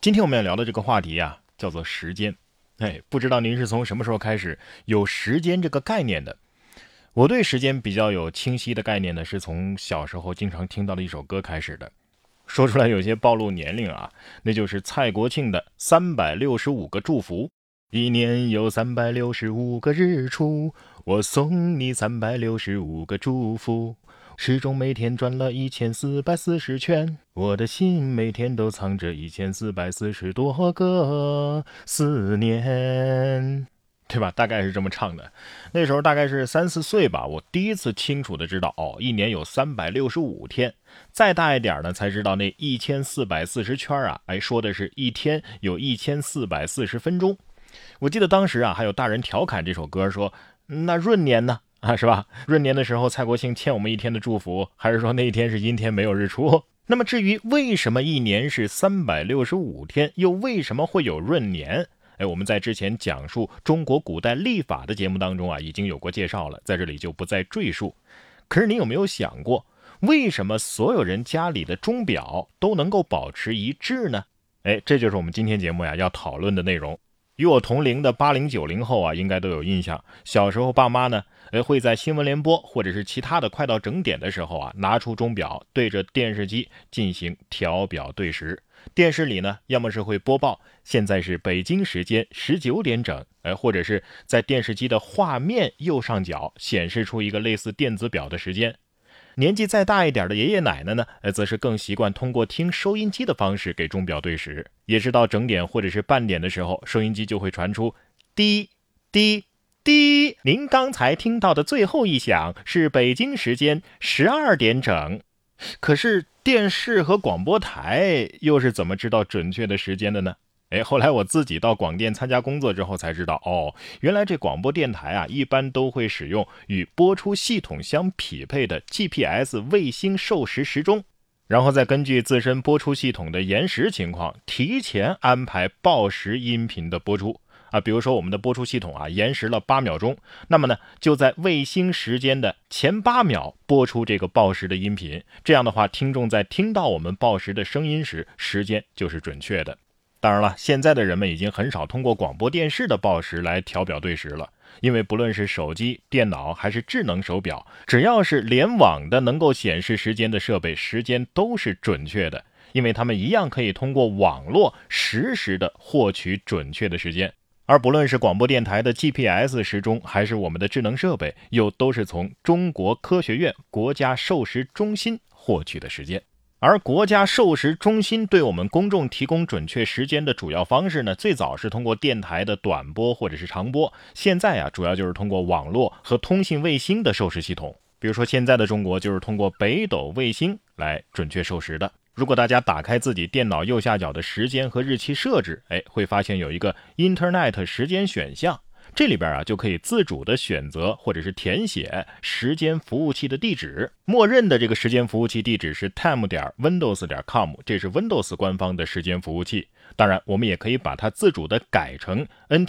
今天我们要聊的这个话题啊，叫做时间。不知道您是从什么时候开始有时间这个概念的？我对时间比较有清晰的概念呢，是从小时候经常听到的一首歌开始的。说出来有些暴露年龄啊，那就是蔡国庆的365个祝福。一年有365个日出，我送你365个祝福。时钟每天转了1440圈，我的心每天都藏着1440多个思念，对吧？大概是这么唱的。那时候大概是3、4岁吧，我第一次清楚的知道，一年有365天。再大一点呢，才知道那1440圈啊，说的是一天有1440分钟。我记得当时啊，还有大人调侃这首歌说，那闰年呢？是吧？闰年的时候，蔡国庆欠我们一天的祝福，还是说那一天是阴天没有日出？那么至于为什么一年是365天，又为什么会有闰年？我们在之前讲述中国古代历法的节目当中啊，已经有过介绍了，在这里就不再赘述。可是你有没有想过，为什么所有人家里的钟表都能够保持一致呢？这就是我们今天节目呀要讨论的内容。与我同龄的80、90后啊，应该都有印象。小时候爸妈呢，会在新闻联播或者是其他的快到整点的时候啊，拿出钟表对着电视机进行调表对时。电视里呢，要么是会播报现在是北京时间19点整，或者是在电视机的画面右上角显示出一个类似电子表的时间。年纪再大一点的爷爷奶奶呢，则是更习惯通过听收音机的方式给钟表对时，也是到整点或者是半点的时候，收音机就会传出滴滴滴，您刚才听到的最后一响是北京时间12点整。可是电视和广播台又是怎么知道准确的时间的呢？后来我自己到广电参加工作之后才知道，原来这广播电台啊，一般都会使用与播出系统相匹配的 GPS 卫星授时时钟，然后再根据自身播出系统的延时情况，提前安排报时音频的播出。比如说我们的播出系统啊，延时了8秒钟，那么呢，就在卫星时间的前8秒播出这个报时的音频。这样的话，听众在听到我们报时的声音时，时间就是准确的。当然了，现在的人们已经很少通过广播电视的报时来调表对时了，因为不论是手机、电脑还是智能手表，只要是联网的能够显示时间的设备，时间都是准确的，因为他们一样可以通过网络实时的获取准确的时间。而不论是广播电台的 GPS 时钟，还是我们的智能设备，又都是从中国科学院国家授时中心获取的时间。而国家授时中心对我们公众提供准确时间的主要方式呢，最早是通过电台的短波或者是长波，现在啊，主要就是通过网络和通信卫星的授时系统。比如说现在的中国就是通过北斗卫星来准确授时的。如果大家打开自己电脑右下角的时间和日期设置，会发现有一个 Internet 时间选项，这里边啊就可以自主的选择或者是填写时间服务器的地址。默认的这个时间服务器地址是 time.windows.com， 这是 Windows 官方的时间服务器。当然我们也可以把它自主的改成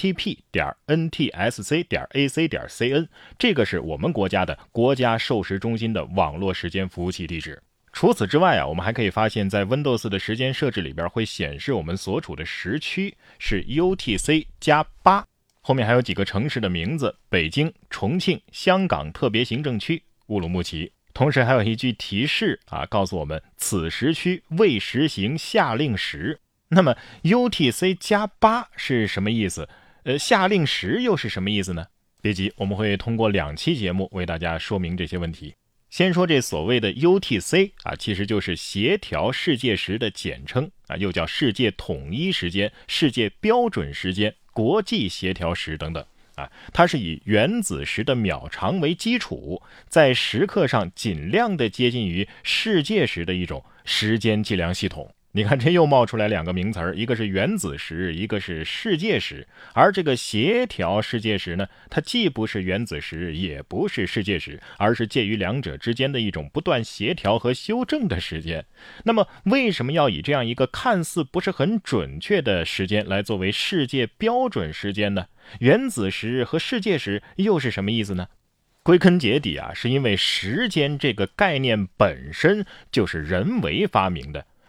ntp.ntsc.ac.cn， 这个是我们国家的国家授时中心的网络时间服务器地址。除此之外啊，我们还可以发现在 Windows 的时间设置里边会显示我们所处的时区是 UTC+8， 后面还有几个城市的名字，北京、重庆、香港特别行政区、乌鲁木齐。同时还有一句提示啊，告诉我们此时区未实行夏令时。那么 UTC+8 是什么意思？夏令时又是什么意思呢？别急，我们会通过2期节目为大家说明这些问题。先说这所谓的 UTC 啊，其实就是协调世界时的简称啊，又叫世界统一时间、世界标准时间、国际协调时等等啊。它是以原子时的秒长为基础，在时刻上尽量的接近于世界时的一种时间计量系统。你看这又冒出来2个名词，一个是原子时，一个是世界时。而这个协调世界时呢，它既不是原子时，也不是世界时，而是介于2者之间的一种不断协调和修正的时间。那么为什么要以这样一个看似不是很准确的时间来作为世界标准时间呢？原子时和世界时又是什么意思呢？归根结底啊，是因为时间这个概念本身就是人为发明的。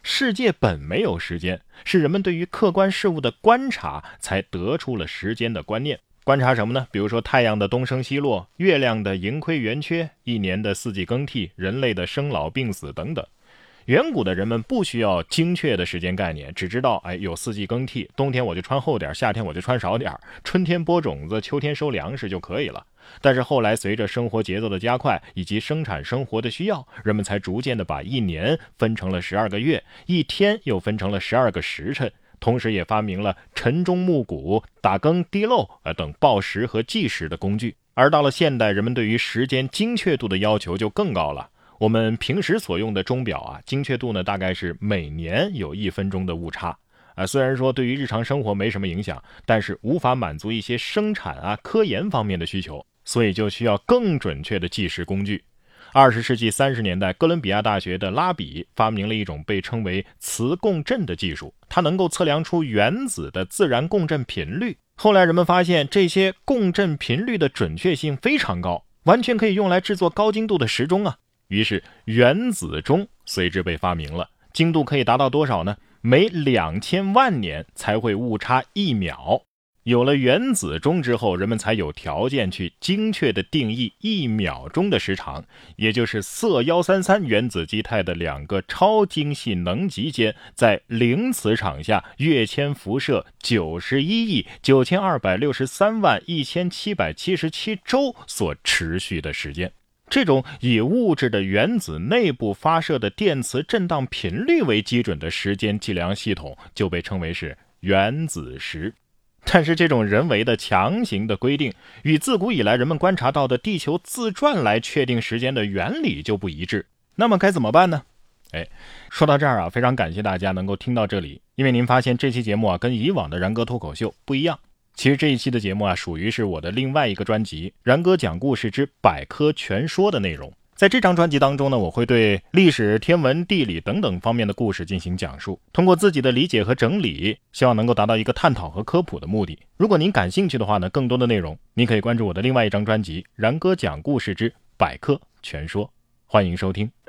世界本没有时间，是人们对于客观事物的观察才得出了时间的观念。观察什么呢？比如说太阳的东升西落，月亮的盈亏圆缺，一年的四季更替，人类的生老病死等等。远古的人们不需要精确的时间概念，只知道有四季更替，冬天我就穿厚点，夏天我就穿少点，春天播种子，秋天收粮食就可以了。但是后来随着生活节奏的加快以及生产生活的需要，人们才逐渐的把一年分成了12个月，一天又分成了12个时辰，同时也发明了晨钟暮鼓、打更滴漏等报时和计时的工具。而到了现代，人们对于时间精确度的要求就更高了。我们平时所用的钟表精确度呢大概是每年有1分钟的误差。虽然说对于日常生活没什么影响，但是无法满足一些生产科研方面的需求，所以就需要更准确的计时工具。20世纪30年代，哥伦比亚大学的拉比发明了一种被称为磁共振的技术，它能够测量出原子的自然共振频率。后来人们发现这些共振频率的准确性非常高，完全可以用来制作高精度的时钟于是原子钟随之被发明了，精度可以达到多少呢？每2000万年才会误差1秒。有了原子钟之后，人们才有条件去精确的定义1秒钟的时长，也就是铯133原子基态的2个超精细能级间在零磁场下跃迁辐射91亿9263万1777周所持续的时间。这种以物质的原子内部发射的电磁振荡频率为基准的时间计量系统就被称为是原子时。但是这种人为的强行的规定与自古以来人们观察到的地球自转来确定时间的原理就不一致，那么该怎么办呢？说到这儿非常感谢大家能够听到这里，因为您发现这期节目跟以往的然哥脱口秀不一样。其实这一期的节目属于是我的另外一个专辑然哥讲故事之百科全说的内容。在这张专辑当中呢，我会对历史、天文、地理等等方面的故事进行讲述，通过自己的理解和整理，希望能够达到一个探讨和科普的目的。如果您感兴趣的话呢，更多的内容您可以关注我的另外一张专辑然哥讲故事之百科全说，欢迎收听。